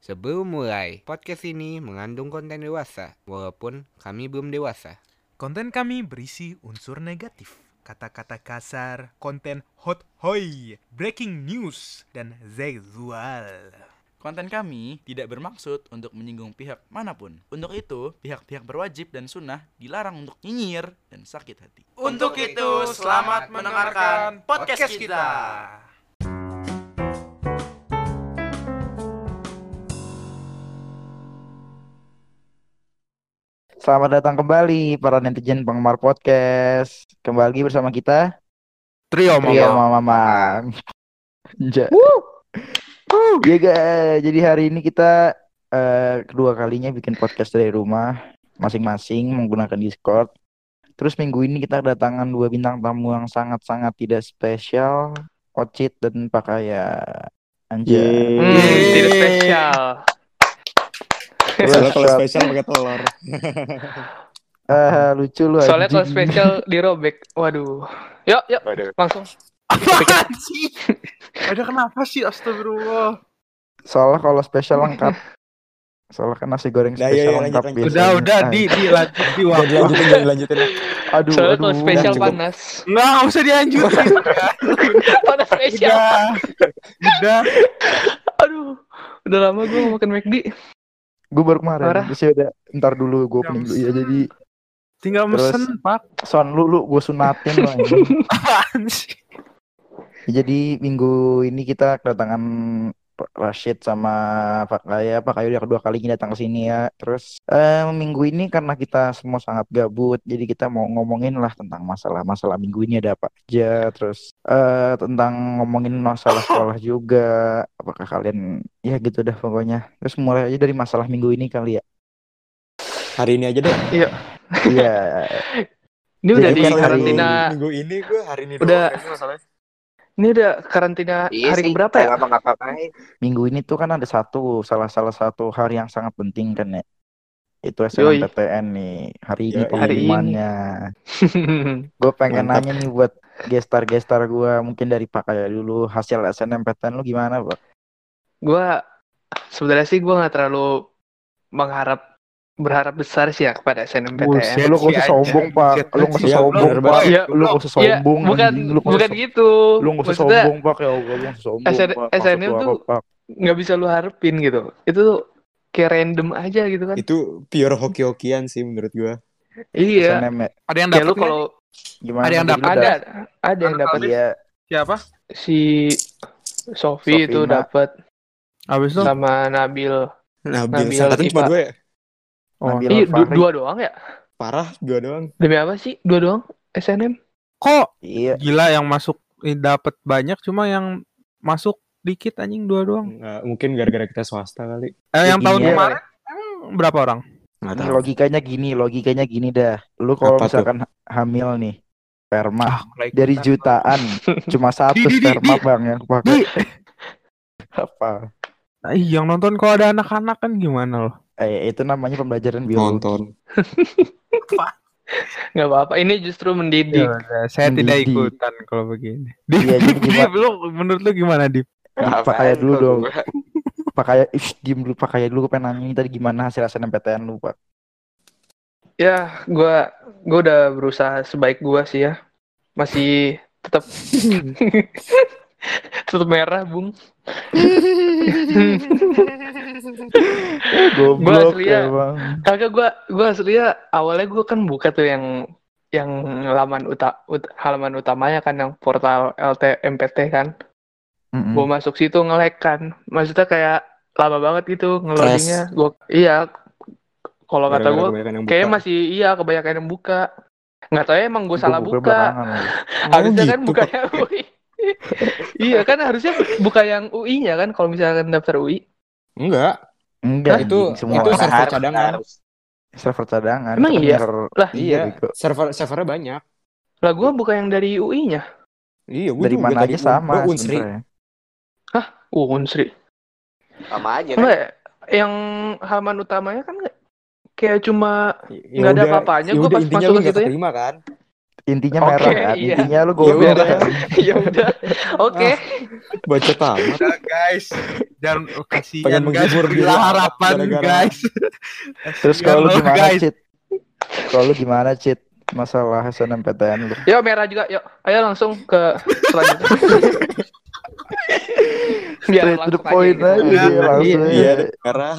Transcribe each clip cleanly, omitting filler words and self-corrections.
Sebelum mulai, podcast ini mengandung konten dewasa, walaupun kami belum dewasa. Konten kami berisi unsur negatif, kata-kata kasar, konten hot hoi, breaking news, dan seksual. Konten kami tidak bermaksud untuk menyinggung pihak manapun. Untuk itu, pihak-pihak berwajib dan sunnah dilarang untuk nyinyir dan sakit hati. Untuk itu, selamat mendengarkan podcast kita. Selamat datang kembali para netizen penggemar podcast. Kembali bersama kita Trio Mamang. Ya guys, jadi hari ini kita kedua kalinya bikin podcast dari rumah masing-masing menggunakan Discord. Terus minggu ini kita kedatangan dua bintang tamu yang sangat-sangat tidak spesial, Ocit dan Pakaya. Anjay. Tidak spesial. Soalnya kalau spesial pakai telur. Lucu lu Soalnya kalau anjing. spesial dirobek. Waduh. Yuk, langsung. Apaan sih? Ada kenapa sih? Astagfirullah. Soalnya kalau spesial lengkap. Soalnya kan nasi goreng Nah, spesial iya, lengkap lanjut. biasanya. Udah, lanjut di waktu. Dilanjutin. Aduh. Soalnya kalau spesial cukup. panas. Nggak usah dilanjutin. Panas spesial. Udah. Aduh. Udah lama gue gak makan McD. Gue baru kemarin. Parah. Terus ya udah, ntar dulu gue opening dulu ya. Jadi Tinggal Terus- mesen, Pak. son lu gue sunatin lah. Ini. Apaan sih? Jadi minggu ini kita kedatangan Rashid sama Pak Kayu udah kedua kalinya datang ke sini ya. Terus minggu ini karena kita semua sangat gabut, jadi kita mau ngomongin lah tentang masalah minggu ini ada apa aja. Terus tentang ngomongin masalah sekolah juga. Apakah kalian ya gitu dah pokoknya. Terus mulai aja dari masalah minggu ini kali ya. Hari ini aja deh. Iya. Ini udah Jadi di kan hari- karantina. Minggu ini gue hari ini Udah. doang masalahnya. Ini udah karantina hari berapa ya? Minggu ini tuh kan ada salah satu hari yang sangat penting kan ya. Itu Yoi. SNMPTN nih. Hari ini Yoi. pengumumannya. Gue pengen Mantap. nanya nih buat gestar gue, mungkin dari Pak Kaya dulu, hasil SNMPTN lu gimana, Pak? Gue sebenarnya sih gue nggak terlalu berharap besar sih ya kepada SNMPTN. Buset. Lu gak usah sombong, Pak. Lu gak usah Siap, sombong, bener Pak. banget. Iya, Lu gak usah Iya, sombong. bukan anjing. Lu gak bukan usah- gitu. Lu gak usah Maksudnya sombong, Pak. Ya Allah, lu gak usah sombong, Pak. Maksud SNM lu tuh apa, Pak? nggak bisa lu harapin gitu. Itu tuh kayak random aja gitu kan. Itu pure hoki-hokian sih menurut gue. Iya. SNM ya? Ada yang Ya dapat lu kalau Gimana? Ada yang Jadi lu ada yang Anak dapat Iya. siapa? si Sofi itu Sofina. dapat Habis itu? sama Nabil. Nabil, Nabil angkatan cuma IPA. 2 ya? Nabil Iya, Al-Fahri. dua doang ya? Parah, 2 doang. Demi apa sih? Dua doang SNM? Kok Iya. gila yang masuk dapat banyak, cuma yang masuk dikit anjing 2 doang. Nggak, mungkin gara-gara kita swasta kali. Yang gini tahun ya. kemarin emang berapa orang? Nggak Ini tahu. logikanya gini dah. Lu kalau Apa tuh? misalkan hamil nih, sperma like dari jutaan cuma satu Di. sperma bang yang pakai. Apa? Nah, yang nonton kalau ada anak-anak kan gimana loh? Itu namanya pembelajaran biologi. Nonton. Nggak apa-apa. Ini justru mendidik. Saya tidak Mendidih. ikutan kalau begini. Iya, jadi Dip, gimana? lu menurut lu gimana, Dip? Pak Kaya dulu dong. Pak Kaya, diem dulu Pak Kaya dulu. Gue pengen nanya tadi gimana hasil SNMPTN lu, Pak? Ya, gua udah berusaha sebaik gua sih ya. Masih tetap tetap merah, Bung. Goblok asli ya. Bang. Kagak gua aslinya awalnya gua kan buka tuh yang halaman utamanya kan yang portal LTMPT kan. Mm-mm. Gua masuk situ nge-lag kan. Maksudnya kayak lama banget gitu nge-loadingnya. Iya, kalau kata Gara-gara gua kebanyakan yang kayaknya buka. masih kebanyakan yang buka. Nggak tahu ya emang gue salah Gua buka. belakangan lagi. Harusnya kan gitu, buka Pak. yang UI. Iya kan harusnya buka yang UI-nya kan kalau misalkan daftar UI. Enggak, Enggak, itu anjing, semua itu orang. server cadangan. Server cadangan. Emang Itu kan iya? server- Lah, Iya, bego. servernya banyak. Lah gue buka yang dari UI-nya. Iya, gue Dari juga mana tadi aja sama gua Unsri. sebenarnya. Unsri. Sama aja kan. Enggak, yang halaman utamanya kan kayak cuma Ya nggak ada udah, apa-apanya ya gua udah, pas intinya masuk lu ke nggak situ ya. keterima kan? Intinya Oke, merah kan. iya. Intinya lu Ya goblok udah. kan. Ya udah. Oke. Baca tamat. Udah, guys, jangan Pengen kasihan guys, menghibur diri berilah amat harapan gara-gara- guys. Terus Kasihan kalau lu lo, gimana, guys. Cit? Kalau lu gimana, Cit? Masalah SNMPTN lu. Yuk merah juga, yuk. Ayo langsung ke selanjutnya. Biar Straight to the langsung point aja aja gitu. dia langsung. Iya, aja. merah.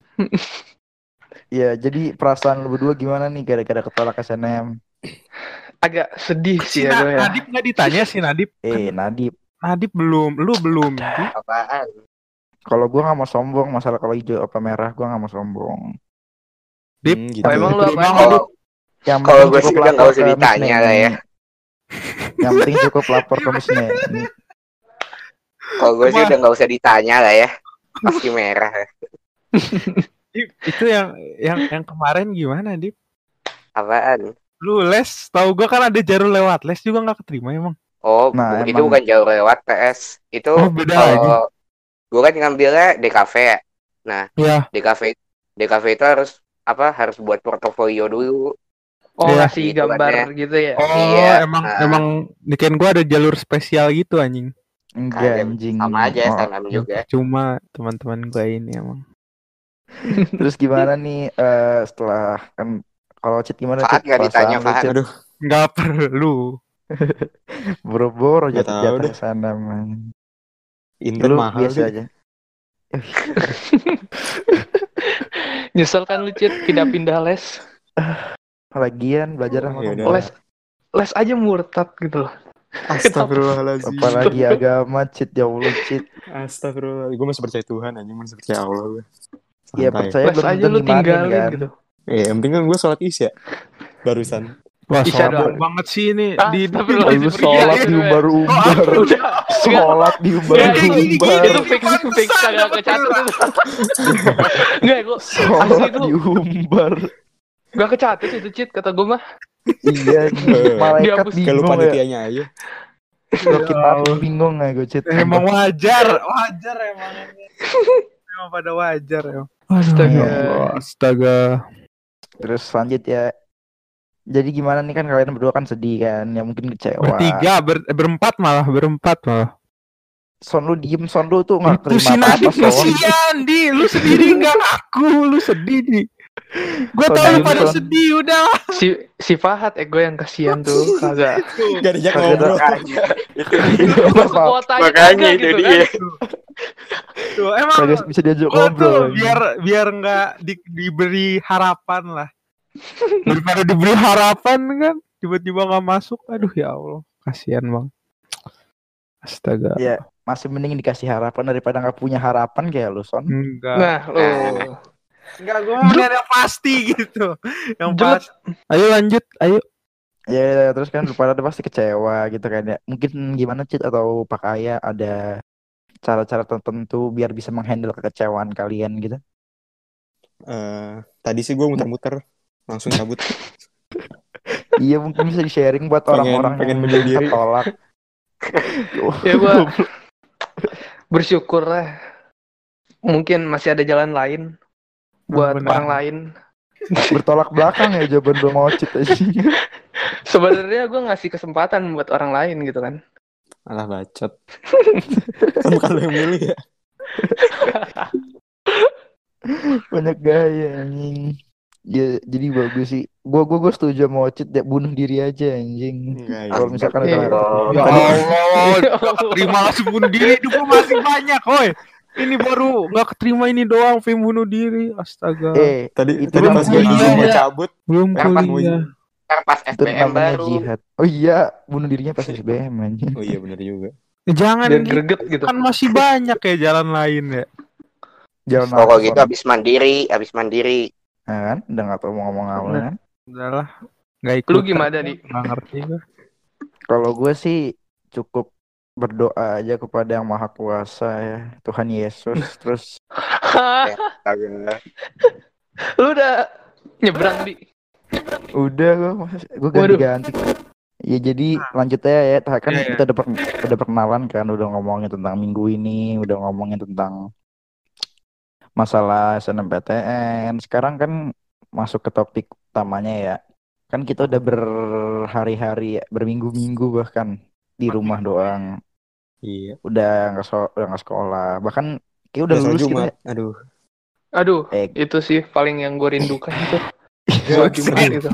Iya, jadi perasaan lu berdua gimana nih gara-gara ketolak SNM? Agak sedih Si sih ya gue ya. Nadip nggak ditanya si Nadip. Nadip. Nadip belum, lu belum. Di. Apaan? Kalau gua nggak mau sombong, masalah kalau hijau apa merah gua nggak mau sombong. Dip. Gitu. Oh, emang lu Terima apa? kasih. Yang Kalau penting gue cukup sih udah lapor nggak usah ke Miss ditanya lah ya. Neni. Yang penting cukup lapor ke Miss Neni. Kalau gue sih Cuma- udah nggak usah ditanya lah ya. Pasti merah. Dip, itu yang kemarin gimana, Dip? Apaan? Lu les, tahu gua kan ada jalur lewat les juga nggak keterima emang. Oh, Nah, itu emang. bukan jauh lewat PS. Itu Oh, beda lagi. kalau gue kan ngambilnya DKV ya. Nah, Ya. DKV itu harus harus buat portofolio dulu. Oh, Iya. ngasih Gitu gambar kan gitu ya. Oh, Iya, emang niken gua ada jalur spesial gitu anjing. Enggak Kagak, anjing. sama aja Oh, SNM juga. Cuma teman-teman gua ini emang. Terus gimana nih setelah kan kalau Cit gimana, Fahat Cit? nggak ditanya, Perasaan lu, Fahat. Cit? Aduh, Nggak perlu. Boro-boro Nggak tahu jatuh-jatuh deh. SNM. Inten Lu mahal biasa sih. aja. Nyesel kan lu, Cit, pindah-pindah les. Lagian belajar sama Ya kamu. udah. Les aja murtad gitu loh. Astagfirullahaladzim. Apalagi agama, Cit, ya Allah, Cit. Astagfirullah. Gue masih percaya Tuhan anjing, masih percaya Allah gue. Ya Santai. percaya Les belum aja tentu lu ngimanin tinggalin kan. gitu. Yang penting kan gue sholat isya barusan. Wah, Isya sombong doang. banget sih ini Ah, di astagfirullah. Lu sholat diumbar-umbar. Udah. Sholat diumbar-umbar. Itu fix kagak kecatat itu. Enggak, gua asli Sholat itu diumbar. gak kecatat itu, Cit, kata gue mah. Iya, malaikat Dihapus. Kalau bingung ya. panitianya aja. Kalau kita bingung ya gue, Cit. emang wajar emang. Emang pada wajar emang. Astaga. Ya Allah, astaga. Terus lanjut ya. Jadi gimana nih, kan kalian berdua kan sedih kan, ya mungkin kecewa. Bertiga, berempat malah. Son lu diem, Son lu tuh nggak Itu terima si apa-apa, Nadif Son. kasihan, Di. Lu sendiri nggak aku, lu sedih, Di. Gue Son, tau lu diem, pada Son. sedih, udah. Si Fahad gue yang kasihan tuh, kagak. Gak diajak Kagak ngobrol. Masuk kuota aja Makanya kagak itu gitu dia. kan. Tuh, emang Kagak bisa diajak gua ngobrol. tuh anjing. biar nggak diberi harapan lah. Daripada diberi harapan kan, tiba-tiba nggak masuk. Aduh ya Allah, kasihan bang. Astaga. Ya, masih mending dikasih harapan daripada nggak punya harapan kayak lu, Son. Enggak. Nah, lo. Enggak, gue mau lihat yang pasti gitu. Yang Jelet. pasti. Ayo lanjut, ayo. Ya, terus kan lu pada pasti kecewa gitu kan ya. Mungkin gimana, Cit, atau Pak Aya ada cara-cara tertentu biar bisa menghandle kekecewaan kalian gitu? Tadi sih gue muter-muter langsung cabut. Iya, mungkin bisa di-sharing buat orang-orang pengen yang menyendiri. ketolak. Ya gue bersyukur lah. Mungkin masih ada jalan lain buat Benar. orang lain. Bertolak belakang ya jawaban Bang Ocit aja. Sebenarnya gue ngasih kesempatan buat orang lain gitu kan. Alah bacot. Kan bukan lo yang milih ya. Banyak gaya anjing. Ya, jadi bagus sih. Gua setuju sama Ocit deh, bunuh diri aja anjing. Enggak, Kalau misalkan ada Iya. Ya Allah, gak keterima langsung bunuh diri. Hidup gua masih banyak, woi. Ini baru gak keterima ini doang, film bunuh diri. Astaga. Tadi itu pas gue kuliah mau ya. cabut, Belum Kan pas kuliah. Ntar pas itu SBM namanya baru. jihad. Oh iya, bunuh dirinya pas SBM anjing. oh iya benar juga. Jangan Biar gitu. greget gitu. Kan masih banyak ya jalan lain ya. Jalan Pokok apa, gitu Son? habis mandiri. Nah, kan udah nggak tahu mau ngomong apa Nah. kan. Udahlah. Gak ikut. Lu gimana, Di? Gak ngerti gue. Kalau gue sih cukup berdoa aja kepada yang Maha Kuasa ya, Tuhan Yesus. Terus Astaga. Lu udah nyebrang, Di. udah gue Waduh. ganti-ganti. Ya jadi lanjut aja ya. Kan Iya, iya. kita udah perkenalan kan, udah ngomongin tentang minggu ini, udah ngomongin tentang masalah SNMPTN. Sekarang kan masuk ke topik utamanya ya. Kan kita udah berhari-hari, berminggu-minggu bahkan di rumah doang. Iya. Udah nggak sekolah. Bahkan kayak udah Udah sholat lulus kita. Jumat. Aduh. Aduh, Eh, itu sih paling yang gue rindukan itu. Iya, Sholat Jumat itu.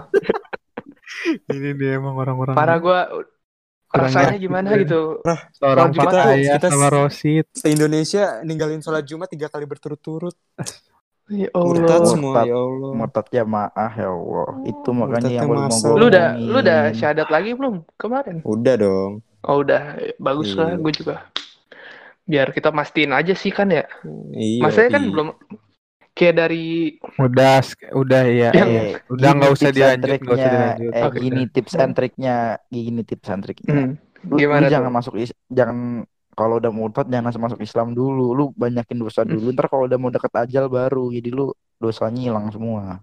Ini dia emang orang-orang Parah gue Kurang rasanya ngerti gimana gue. gitu. seorang sholat Jumat Pak tuh Ayah kita sama Rosid. Se-Indonesia ninggalin sholat Jumat 3 kali berturut-turut. Ya Murtad Allah. semua, ya Allah. murtad jamaah ya Allah. Itu makanya Murtadnya yang mau masal. gue Lu udah omongin. syahadat lagi belum kemarin? Udah dong. Oh udah, bagus lah Iya. gue juga. Biar kita mastiin aja sih kan ya. Iya. Masanya kan iya. belum kayak dari Udah ya. Yang- Udah nggak usah tips and dilanjut, nggak usah triknya, dilanjut. Oke. gini tips and triknya, gini tips and triknya. Lu Gimana tuh? jangan jangan kalau udah murtad jangan langsung masuk Islam dulu. Lu banyakin dosa dulu. Ntar kalau udah mau deket ajal baru, jadi lu dosanya hilang semua.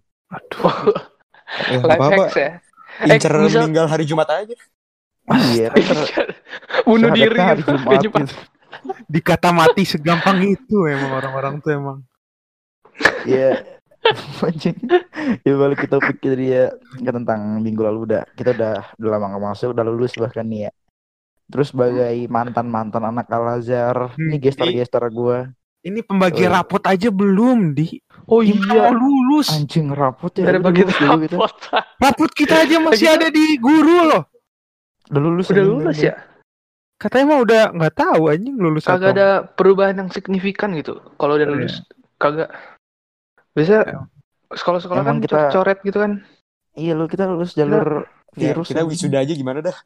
Ya, Life apa-apa. hacks ya. Incer misal- meninggal hari Jumat aja. Iya, kan Bunuh syahadatnya diri hari gitu, Jumat. ke Jumat. gitu. Dikata mati segampang itu emang orang-orang tuh emang. Iya. Anjing. Ya balik kita pikir ya kan tentang minggu lalu kita udah lama nggak masuk, udah lulus bahkan nih ya. Terus sebagai mantan anak Al-Azhar, ini gestar gua. Ini pembagi rapot aja belum di. Oh Gimana iya. mau lulus? Anjing rapot ya. Dari Udah bagi lulus dulu gitu. rapot. Rapot kita aja masih ada di guru loh. Udah lulus. Udah anjing, lulus bener. ya? Katanya mah udah nggak tahu anjing lulus Kagak atau ada perubahan yang signifikan gitu. Kalau udah lulus kagak. Biasa sekolah-sekolah kan Emang kita- coret gitu kan. Iya lu kita lulus jalur Ya, virus. kita anjing. wisuda aja gimana dah?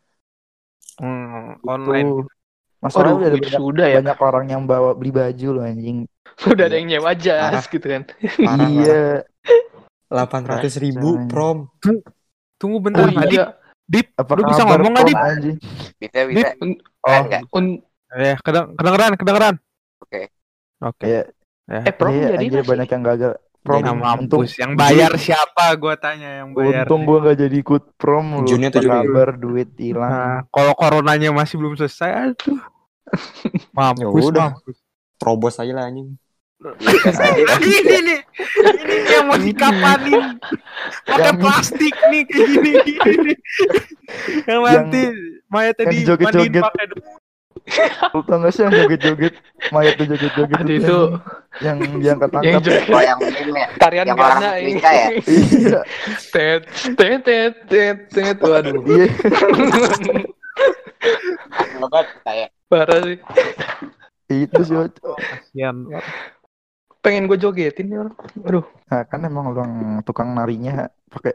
online. Tuh. Masalah Waduh, udah ada wisuda ya. banyak orang yang beli baju loh anjing. Udah ada yang nyewa jas Parah. gitu kan. Parah, Iya. 800.000 prom. Tunggu bentar, Oh iya. Dip, Apa lu bisa kabar, ngomong nggak Pom, Dip? anjing? Bisa. Oh, Enggak. ya kedengeran. Oke. Oke. Iya. Ya. Prom Iya, jadi anjir nggak sih? banyak yang gagal. Prom Ya untung mampus, yang bayar siapa? Gua tanya yang bayar. untung gua nggak jadi ikut prom lu. Junnya Apa 7.000. kabar duit hilang. Nah, kalau coronanya masih belum selesai, aduh. Ya Mampus, udah. mampus. Terobos aja lah anjing. ini nih yang mau dikapanin pakai Yang- plastik nih kayak gini. Yang nanti mayatnya yang dimandiin joget-joget. pakai Lu tau gak sih yang joget-joget? Mayat tuh joget-joget. Aduh, itu yang yang diangkat-angkat. joget Kalau yang meme ya. tarian Yang orang Ghana ini. Afrika ya? Iya. Tet tet tet tet tet. Waduh. Iya. Lebat kayak. Parah sih. Itu sih. kasihan. Pengen gue jogetin nih orang. Aduh. Nah, kan emang lu yang tukang narinya pakai.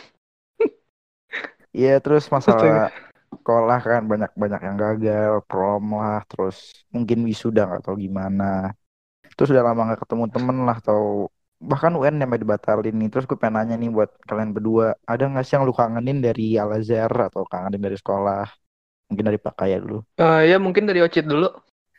Iya, terus masalah sekolah kan banyak yang gagal, prom lah, terus mungkin wisuda nggak tahu gimana. Terus udah lama nggak ketemu temen lah, atau bahkan UN sampai dibatalin nih. Terus gue pengen nanya nih buat kalian berdua, ada nggak sih yang lu kangenin dari Al-Azhar atau kangenin dari sekolah? Mungkin dari Pak Kaya dulu. Ya mungkin dari Ocit dulu.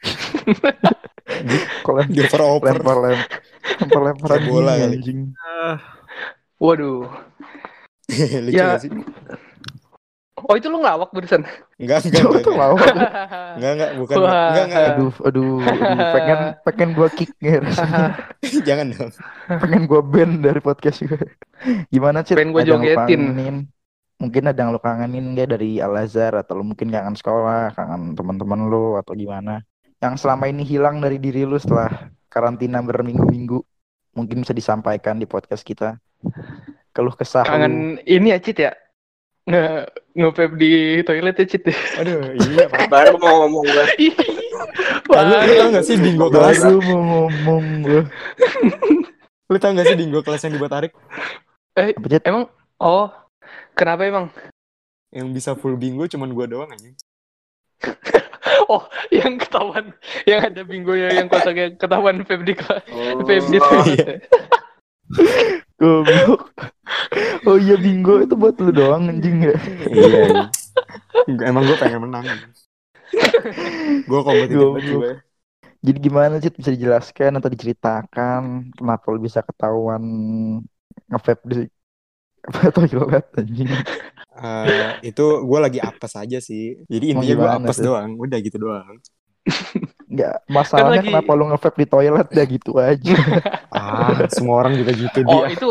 Kalau Dioper-oper. lempar-lemparan Kayak bola gini, kali. anjing. Waduh. Lucu Ya. gak sih? Oh itu lu ngelawak barusan. Enggak. Coba tuh lawak. Enggak, bukan. Wah. Enggak. Aduh, pengen gua kick nih rasanya. Jangan dong. Pengen gua ban dari podcast gue. Gimana Cit? Pengen gua Ada yang lu jogetin. kangenin? Mungkin ada yang lu kangenin gak dari Al-Azhar, atau lu mungkin kangen sekolah, kangen teman-teman lu, atau gimana? Yang selama ini hilang dari diri lu setelah karantina berminggu-minggu, mungkin bisa disampaikan di podcast kita. Keluh kesah lu. Kangen ini ya Cit ya. Nge-vape di toilet ya Cit. Aduh, iya. Baru mau ngomong gue. Lu tau gak sih Dingo kelas? Baru mau ngomong gue. Lu tau gak sih Dingo kelas yang dibuat Tarik? Apa Cit? Emang? Oh. Kenapa emang? Yang bisa full bingo cuman gua doang anjing. Oh, yang ketahuan, yang ada bingo yang kosongnya ketahuan vape di kelas, vape di Oh, toilet. Goblok. Oh iya bingo itu buat lu doang anjing ya. Iya. Emang gua pengen menang. Gua kompetitif banget Goblok. gue. Jadi gimana sih, bisa dijelaskan atau diceritakan kenapa lu bisa ketahuan nge-vape di toilet anjing? Itu gue lagi apes aja sih. Jadi Mau intinya gue gimana apes tuh? doang. Udah gitu doang. Enggak, masalahnya lagi- kenapa lu nge-vape di toilet ya gitu aja. Semua orang juga gitu Oh dia. itu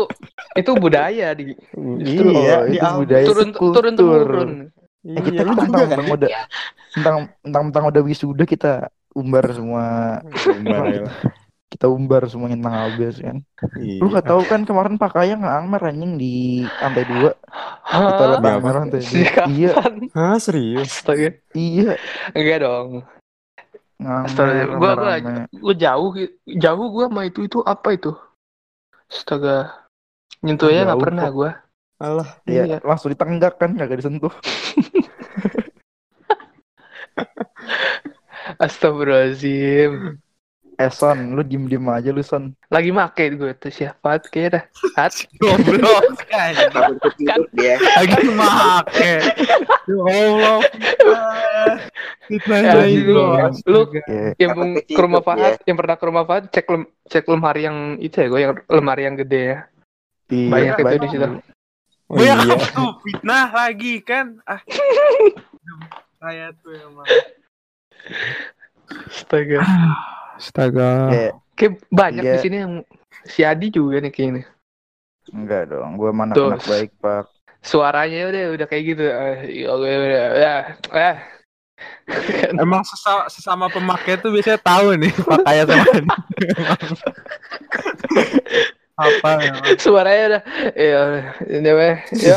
Itu budaya di justru Iya, Oh, itu diambil. budaya turun kultur. temurun. Kita Iya, lu juga kan mentang-mentang udah mentang-mentang udah wisuda kita umbar semua Umbar apa, aja lah. kita umbar semuanya tentang Albes kan. Iya. Lu nggak tahu kan kemarin Pak Kaya ngelamar anjing di lantai 2 di toilet Hah? Amer lantai 2. Siapa? Iya, Hah, serius? Astaga. iya, Enggak dong. Astaga, ngamer gua rame. jauh gua sama itu apa itu? Astaga. Nyentuhnya nggak Jauh pernah kok. gua. Alah, Iya, Iya. langsung ditenggak kan, kagak disentuh. Astagfirullahaladzim. Son, lu diem-diem aja lu Son. Lagi make gue tuh siapa kayaknya dah. Hat. Goblok kan. Takut ketidur dia. Lagi make. Ya Allah. Fitnah Ya, saya itu. lu Kayak yang Takut ke rumah ketidur Fahad, yang pernah ke rumah Fahad, cek lemari yang itu ya, gue yang lemari yang gede ya. Banyak itu di situ. oh Gue iya. tuh fitnah lagi kan. Saya tuh emang. Astaga. Astaga. Kayak banyak Iya. di sini yang si Adi juga nih kayaknya. enggak dong, gue mana Tuh. anak baik Pak. Suaranya udah kayak gitu. Emang sesama pemakai tuh biasanya tahu nih pakaian sama ini. Apa ya? Suaranya udah ini weh. Ya,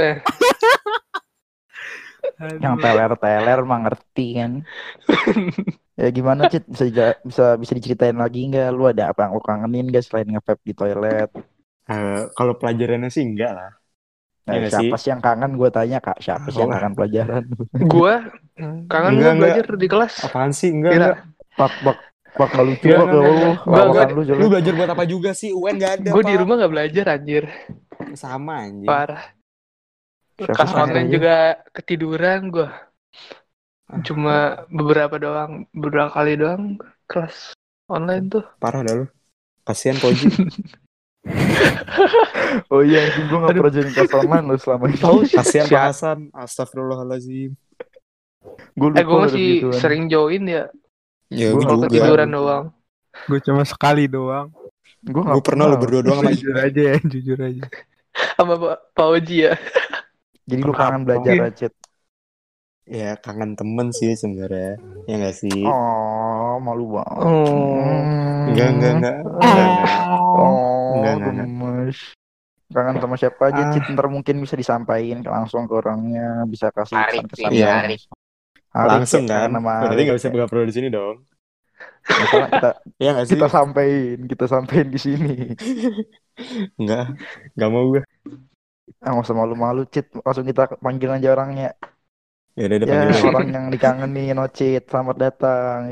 Yang teler-teler mah ngerti kan. Ya gimana Cit, bisa diceritain lagi nggak? Lu ada apa yang lu kangenin gak selain nge-vape di toilet? Kalau pelajarannya sih enggak lah. Nah, Iya nggak siapa sih? sih yang kangen? Gue tanya Kak, siapa sih yang Oh. kangen pelajaran? Gua kangen Enggak, gua belajar di kelas. Apaan sih? Enggak, Kira. enggak. Pak gak lucu Enggak, Pak enggak, lu. enggak. Lawakan lu Lu jelek. belajar buat apa juga sih? UN enggak ada, Gue di Pak. rumah nggak belajar anjir. Sama anjing. Parah. Siapa Kelas sih yang online kangen? juga ketiduran gua. Cuma beberapa kali doang kelas online tuh. Parah dah lu. Kasihan Koji. Oh iya, anjing gue gak pernah jadi kelas online lu selama ini. Tahu sih. Kasihan Pak Hasan. Astagfirullahalazim. Gue Gue lupa ada masih begituan. sering join ya. Ya, Gua gue Kalau juga. ketiduran doang. Gue cuma sekali doang. Gue Gue pernah lo berdua doang sama Jujur aja ya, jujur aja. Sama Pak Oji ya. Jadi lu kangen belajar Iya. aja. Ya kangen temen sih sebenarnya. Ya nggak sih? Oh, malu banget. Oh. Enggak. Oh, Enggak. gemes. Kangen sama siapa aja, Ah. Cit? Ntar mungkin bisa disampaikan langsung ke orangnya, bisa kasih Arif, pesan-kesan. Iya. Arif. Arif, Langsung ya, kan? nama Berarti Arif. nggak bisa perlu di sini dong. Masalah Ya nggak sih? kita sampein di sini. Nggak mau gue. Nggak usah malu-malu, Cit. Langsung kita panggil aja orangnya. Ya udah Ya, panggil aja. orang yang dikangenin, Cit. Selamat datang.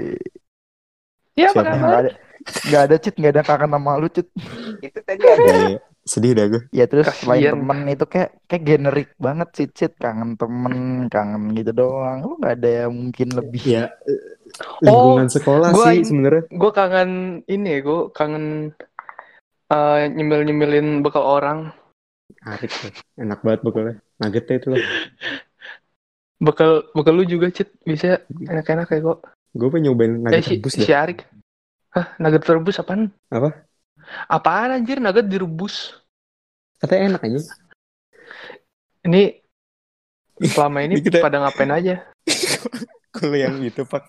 Ya apa Siapa? kabar? Nggak ada, Cit. Nggak ada kangen sama lu, Cit. Itu tadi ada. Ya. Sedih dah gue. Ya terus selain Kasian. temen itu kayak generik banget sih, Cit. Kangen temen, kangen gitu doang. Lu nggak ada yang mungkin lebih. Ya lingkungan sekolah gua sih in- sebenarnya. Gue kangen ini ya, gue kangen nyemil-nyemilin bekal orang. Arif tuh. Enak banget bekalnya. Nuggetnya itu loh. Bekal lu juga, Cit. Bisa enak-enak kayak gue. Gue pengen nyobain nugget rebus si dah. Arik. Hah, nugget rebus apaan? Apa? Apaan anjir nugget direbus? Katanya enak aja. Ini selama ini Ini kita- pada ngapain aja? Kalau yang itu Pak.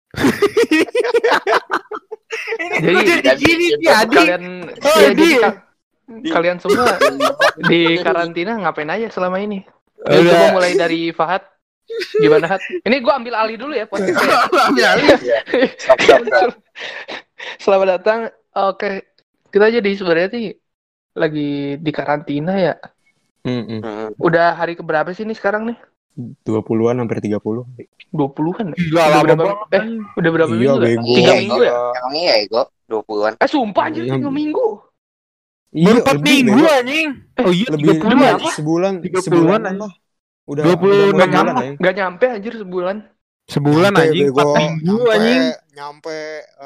Jadi gini sih, Adi. kalian Oh, ya, Adi. jadi kalian semua di karantina ngapain aja selama ini? Udah. Coba mulai dari Fahad. Gimana Hat? Ini gue ambil alih dulu ya podcastnya. Ambil alih. Stop. Selamat datang. Oke, kita jadi sebenarnya sih lagi di karantina ya. Udah hari keberapa sih nih sekarang nih? 20-an hampir 30. 20-an. Gila, Udah lama berapa? banget. Udah berapa Iya, minggu? Ya? bego. 3 minggu ya? Emang iya Ego 20-an. Sumpah anjir 3 minggu. Baru 4 lebih, minggu bego. anjing. Oh iya, Lebih 30 anjing. sebulan 30-an lah. Udah 26 udah nyampe. bulan, Gak nyampe anjir sebulan. Sebulan Nyampe, anjing, bego. 4 minggu anjing. Nyampe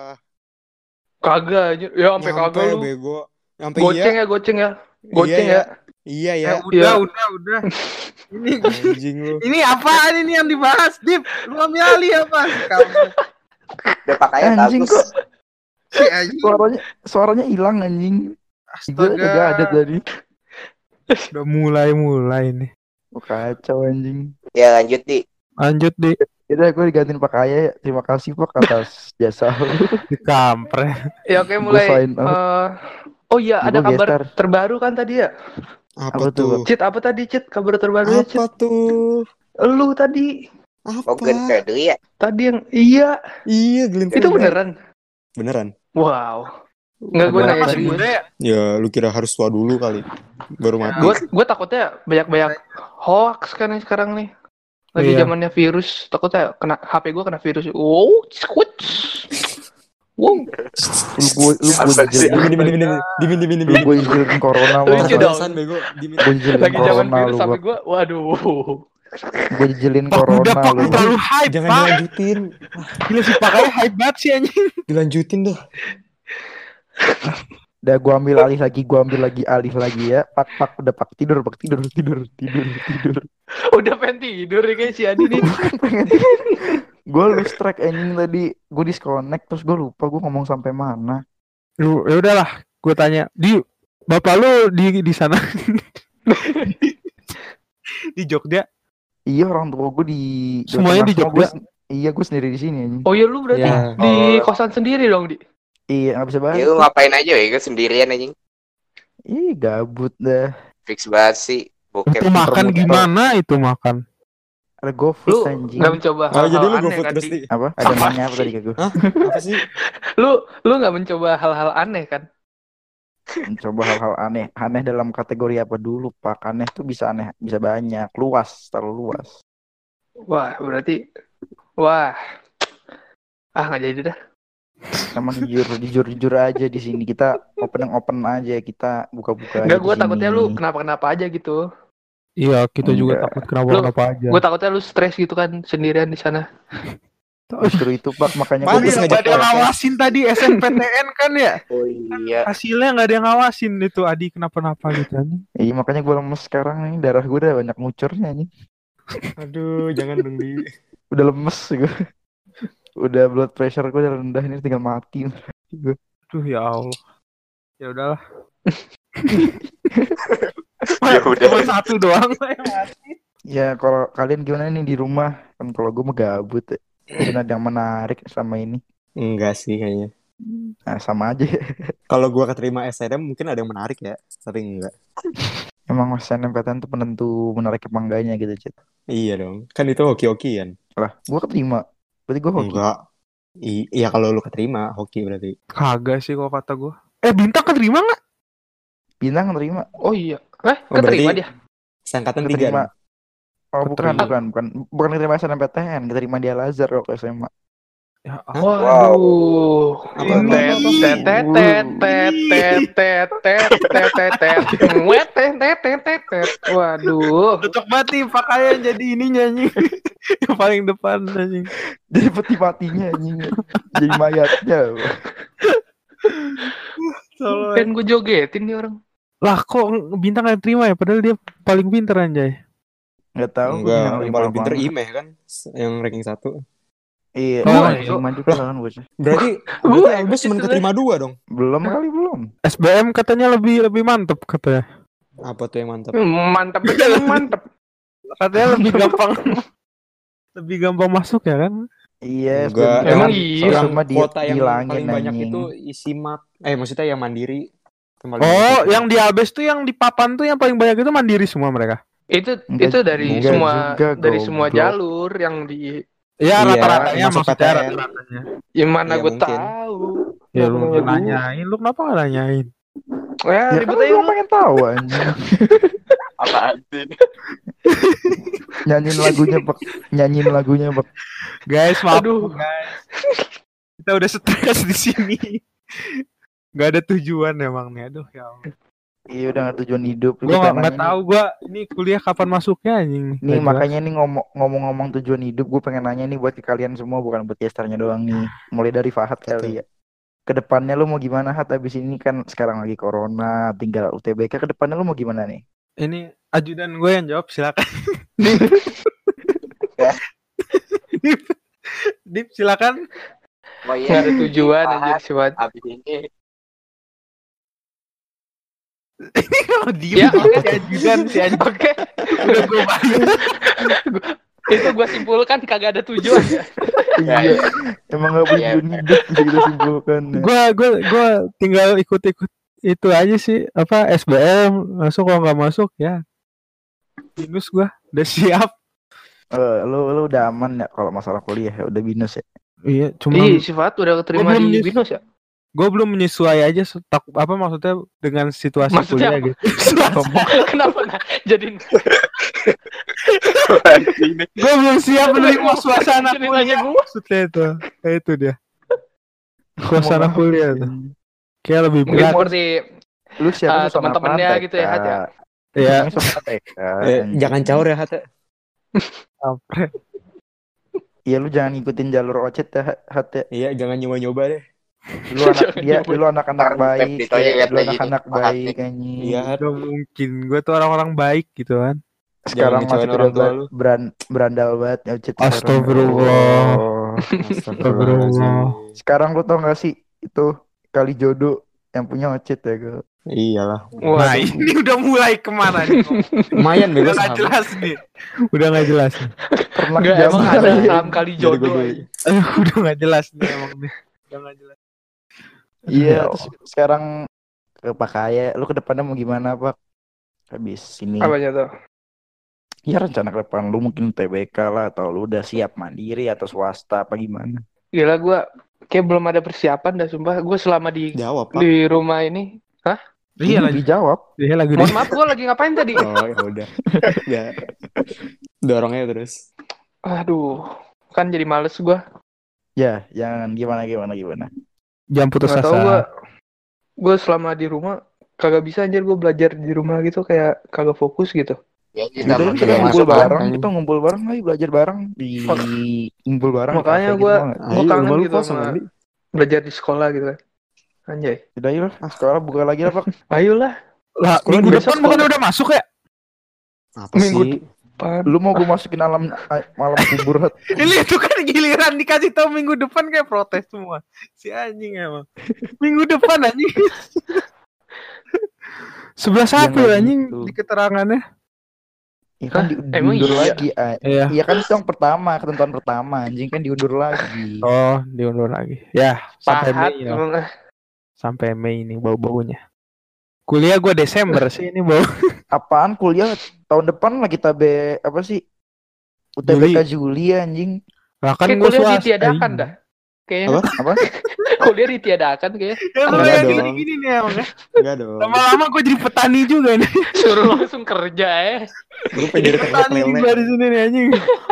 Kagak anjir. Ya sampai kagak lu. bego. Nyampe Goceng ya. Goceng Iya, ya. Iya ya. Udah. Ini Anjing lu. ini apaan ini yang dibahas, Dip? Lu ambil alih apa? Kamu Udah pakaian Anjing bagus. kok si anjing. suaranya hilang anjing. Gue gak ada Astaga. tadi. Udah mulai nih. Kacau anjing. Ya lanjut di. Lanjut di Udah gue digantiin Pak Kaya ya. Terima kasih Pak atas jasa lu. kampret. Ya oke Gue mulai. sign out. Oh iya ada Gue kabar gestar. terbaru kan tadi ya? Apa Apa tuh? tuh? Cit apa tadi Cit? Kabar terbarunya Cit? Apa tuh? Lu tadi. Oh Apa? Glenn Fredly ya? Tadi yang iya. Iya, Glenn Itu Fredly. beneran. Beneran. Wow. Enggak gue Beneran nanya Masih serius. muda ya? Ya, lu kira harus tua dulu kali. Baru mati. Gue takutnya banyak hoax kan nih sekarang nih. Lagi Iya. zamannya virus, takutnya kena HP gue kena virus. Wow, skut. Wow. Lu Dimin. gue izinin corona Lucu Bang. dong. Kebiasaan bego. Dimin. Gue izinin Lagi zaman corona virus lu. HP gue. Waduh. Gue izinin Pak udah corona Pak lu. terlalu hype Jangan Pak. dilanjutin. Gila si Pak kayak hype banget sih anjing. Dilanjutin dah. Udah gue ambil alih lagi ya. Pak udah pak tidur. Udah pengen tidur nih kayak si Adi nih. Gue lose track anjing tadi. Gue disconnect terus gue lupa gue ngomong sampai mana. Lu ya udahlah, gue tanya. Bapak lu di sana. Di Jogja. Iya orang tua gue di Semuanya di Jawa Tengah, Jogja? Iya gue sendiri di sini anjing. Oh iya lu berarti Ya. di kosan sendiri dong di. Iya nggak bisa balik. Ya lu ngapain aja ya? Gue sendirian anjing. Ih gabut dah. Fix banget sih. Bokep. Itu makan muter-muter. gimana itu makan? Ada Lu GoFood anjing. nggak mencoba Oh, jadi hal-hal lu aneh GoFood kan terus di. di. Apa? Ada nanya apa tadi ke gue? Hah? Apa sih? Lu nggak mencoba hal-hal aneh kan? Mencoba hal-hal aneh. Aneh dalam kategori apa dulu Pak? Aneh tuh bisa aneh, bisa banyak, luas, terlalu luas. Wah berarti nggak jadi dah. Sama jujur aja di sini kita open aja kita buka-buka. Enggak aja gue di takutnya sini. lu kenapa-kenapa aja gitu. Iya, kita juga Enggak. takut kenapa aja. Gue takutnya lu stres gitu kan sendirian di sana. Justru itu Pak makanya Pantes gue ngajak Nggak ada yang podcast. ngawasin tadi SNPTN kan ya? Oh iya. Hasilnya nggak ada yang ngawasin itu Adi kenapa-napa gitu anjing. Iya makanya gue lemes sekarang nih darah gue udah banyak ngucurnya nih. Aduh, jangan dong di. Udah lemes gue. Udah blood pressure gue udah rendah ini tinggal mati. Aduh ya Allah. Ya udahlah. Ya udah. Cuma satu doang lah yang mati. Ya kalau kalian gimana nih di rumah? Kan kalau gue mah gabut ya. Mungkin ada yang menarik sama ini. Enggak sih kayaknya. Nah, sama aja. Kalau gua keterima SNM mungkin ada yang menarik ya, tapi enggak. Emang SNMPTN tuh penentu menarik apa enggaknya gitu, Cid. Iya dong. Kan itu hoki-hokian. Lah, gue keterima. Berarti gue hoki. Enggak. Iya kalau lu keterima hoki berarti. Kagak sih kalau kata gue. Bintang keterima nggak? Bintang keterima. Oh iya. Oh, Keterima berarti dia. Seangkatan 3 Keterima. dong. Oh Keterima. bukan keterima SNMPTN, keterima di Al Azhar waktu SMA. Ya, Hah? Waduh. Apa? Waduh. cocok banget nih pakaian jadi ini nyanyi yang paling depan anjing. Jadi peti matinya anjing. Jadi mayatnya. Soalnya- Pengen gue jogetin nih orang. Lah kok bintang nggak terima ya? Padahal dia paling pinter anjay. Enggak tahu gue Enggak, bintang yang lima paling pinter apa. Imeh kan yang ranking 1. Iya, Oh, lima juga kan bocah. Berarti Gua Albus cuma itu keterima 2 dong. Belum kali belum. SBM katanya lebih mantep katanya. Apa tuh yang mantap? Mantap betul, mantap. Katanya lebih gampang masuk ya kan? Iya, Enggak. SBM Emang kan iya. soal Yang mah kuota yang dihilangin, paling banyak anjing. itu isi mat. Maksudnya yang mandiri. Itu paling Oh, banyak. yang di Abes tuh yang di papan tuh yang paling banyak itu mandiri semua mereka. Itu dari Enggak semua juga, semua goblok. jalur yang di Iya, Iya, rata-ratanya masuk maksudnya PTN. rata-ratanya. yang mana Iya, gue mungkin. tahu. Ya lu Kenapa nggak nanyain, lu kenapa gak nanyain? gua? Ya, Ya ribet kan aja gue lu. pengen tahu anjing. Apaan sih? Nyanyiin lagunya, Bak. Guys, maaf Aduh. guys. Kita udah stres di sini. Gak ada tujuan emang nih. Aduh ya Allah. Iya udah gak tujuan hidup. Gue gak tahu gue ini kuliah kapan masuknya anjing. Nih Nggak makanya nih ngomong-ngomong tujuan hidup gue pengen nanya nih buat ke kalian semua bukan buat gesternya doang nih. Mulai dari Fahad kali ya. Kedepannya lu mau gimana Hat abis ini kan sekarang lagi corona tinggal UTBK kedepannya lu mau gimana nih? jelas. Ini ajudan gue yang jawab silakan. Dip silakan. Oh iya. Nggak ada tujuan Fahad, anjir sih, Wat. abis ini Kalau diem Ya, oke. si ajudan si ajudan Oke. udah gue balik. Itu gue simpulkan kagak ada tujuan ya. Iya. Emang gak punya Iya, tujuan hidup sih kita simpulkan. Gue tinggal ikut-ikut itu aja sih apa SBM masuk, kalau nggak masuk ya minus, gue udah siap. Lu udah aman ya kalau masalah kuliah ya, udah binus ya. Iya, cuma Ih, sifat udah keterima belum di nyes- Binus ya? gue belum menyesuai aja apa maksudnya dengan situasi Maksudnya kuliah apa? gitu. Kenapa jadi Gue belum siap menerima suasana jadi kuliah. nanya gua? Maksudnya itu dia. Suasana kuliah tuh kayak lebih Mungkin berat. seperti Lu siapa sih sama teman-temannya apaan, gitu ya, Hat ya? Ya, Emang sama TK, Jangan caur ya Hata. kampret. Iya lu jangan ngikutin jalur ocet ya Hat ya. Iya, jangan nyoba-nyoba deh. Dulu anak-anak Ntar baik di toilet ya, dulu lagi anak-anak nih, baik kayaknya. Iya, Hat. Gak mungkin. Gue tuh orang-orang baik gitu kan. Sekarang Jangan masih ngecewain orang tua lu. berandal banget ocet sekarang. Astagfirullah. Oh. Astagfirullah. Sekarang lu tau gak sih itu kali jodoh yang punya ocet ya gue. Iyalah. Nah, ini udah mulai kemana nih? Lumayan bego Udah nggak saham. jelas nih. Udah nggak jelas nih. Pernah Enggak, zaman emang ada kali. saham kali Jadi jodoh. gue Udah nggak jelas nih emang nih. Udah nggak jelas. Iya, terus sekarang ke Pak Kaya, lu ke depannya mau gimana Pak? Habis ini. Apanya tuh? Ya rencana ke depan lu mungkin TBK lah, atau lu udah siap mandiri atau swasta apa gimana? Gila gue kayak belum ada persiapan dah sumpah. Gue selama jawab, Pak. di rumah ini. Iya Ini lagi. dijawab. Iya lagi. Mohon maaf, gue lagi ngapain tadi? Oh, ya udah. Ya. Dorongnya terus. Aduh, kan jadi males gue. Ya, jangan gimana. Jam putus Nggak tahu asa. gue selama di rumah kagak bisa anjir, gue belajar di rumah gitu kayak kagak fokus gitu. Ya kita Yaudah, masuk kita ngumpul masuk bareng, kan. kita ngumpul bareng lagi belajar bareng di ngumpul bareng. Makanya kafe gitu, gua- mau nggak? Gua kangen rumah lu gitu kosong sama- nanti. Belajar di sekolah gitu kan. Anjay. Udah yuk, sekolah buka lagi lah Pak. Ayolah, Lah, Sekolah minggu besok depan bukan udah masuk ya? Apa Minggu sih? pan. Lu mau gue masukin malam kubur Hat? Ini itu kan giliran dikasih tahu minggu depan kayak protes semua. Si anjing emang. Minggu depan anjing. 11 April nggak anjing gitu. di keterangannya. Ya kan Emang diundur iya? lagi. Iya. Iya kan itu yang pertama, ketentuan pertama anjing kan diundur lagi. Oh, diundur lagi. Ya, sampai Pahat. Mei lah. Sampai Mei ini bau-baunya. Kuliah gue Desember sih ini bau. Apaan kuliah tahun depan lagi tabe apa sih? UTBK Juli anjing. Lah kan Kayak gue kuliah swasta. ditiadakan dah. Kayaknya Apa? kuliah ditiadakan kayaknya. Ya lu Enggak yang dong. gini-gini nih emang ya. Enggak dong. Lama-lama gue jadi petani juga nih. Suruh langsung kerja ya. Gue pengen jadi ternak Petani lele. gue di sini nih anjing.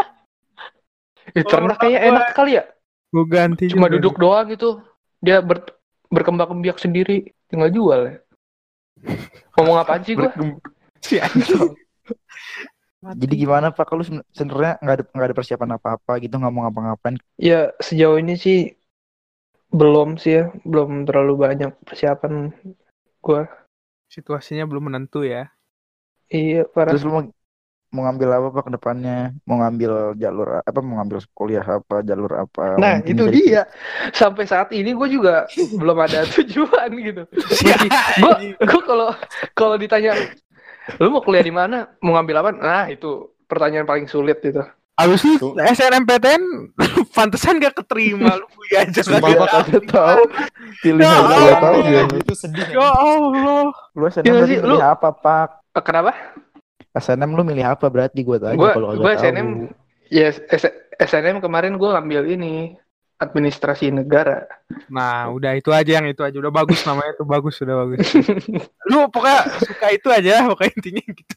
Ternak kayaknya gua- enak kali ya. Gue ganti Cuma juga duduk doang gitu. Dia berkembang biak sendiri, tinggal jual ya. Ngomong apaan sih gua? nih. Si anjing. Jadi gimana Pak? Kalau sebenarnya nggak ada persiapan apa-apa gitu, nggak mau ngapa-ngapain. Ya sejauh ini sih belum sih ya, belum terlalu banyak persiapan gua. Situasinya belum menentu ya. Iya parah. Terus lu mau ngambil apa Pak ke depannya? Mau ngambil jalur apa? Mau ngambil kuliah apa? Jalur apa? Nah Mungkin itu bisa dia. Sampai saat ini gue juga belum ada tujuan gitu. Gue kalau ditanya, lu mau kuliah di mana? Mau ngambil apa? Nah itu pertanyaan paling sulit itu. Abis itu Tuh. SNMPTN pantesan gak keterima lu kuliah aja Sumpah, nggak Pak, ada. Kagak tahu. Pilihan Ya kagak Allah. tahu Iya, dia. itu sedih. Ya Allah. Lu SNM Iya berarti sih, milih apa Pak? Kenapa? SNM lu milih apa berarti gue tanya Gua- kalau gua kagak SNM. tahu. Ya SNM kemarin gue ngambil ini administrasi negara. Nah udah itu aja udah bagus namanya tuh bagus sudah bagus. Lu pokoknya suka itu aja pokoknya intinya gitu.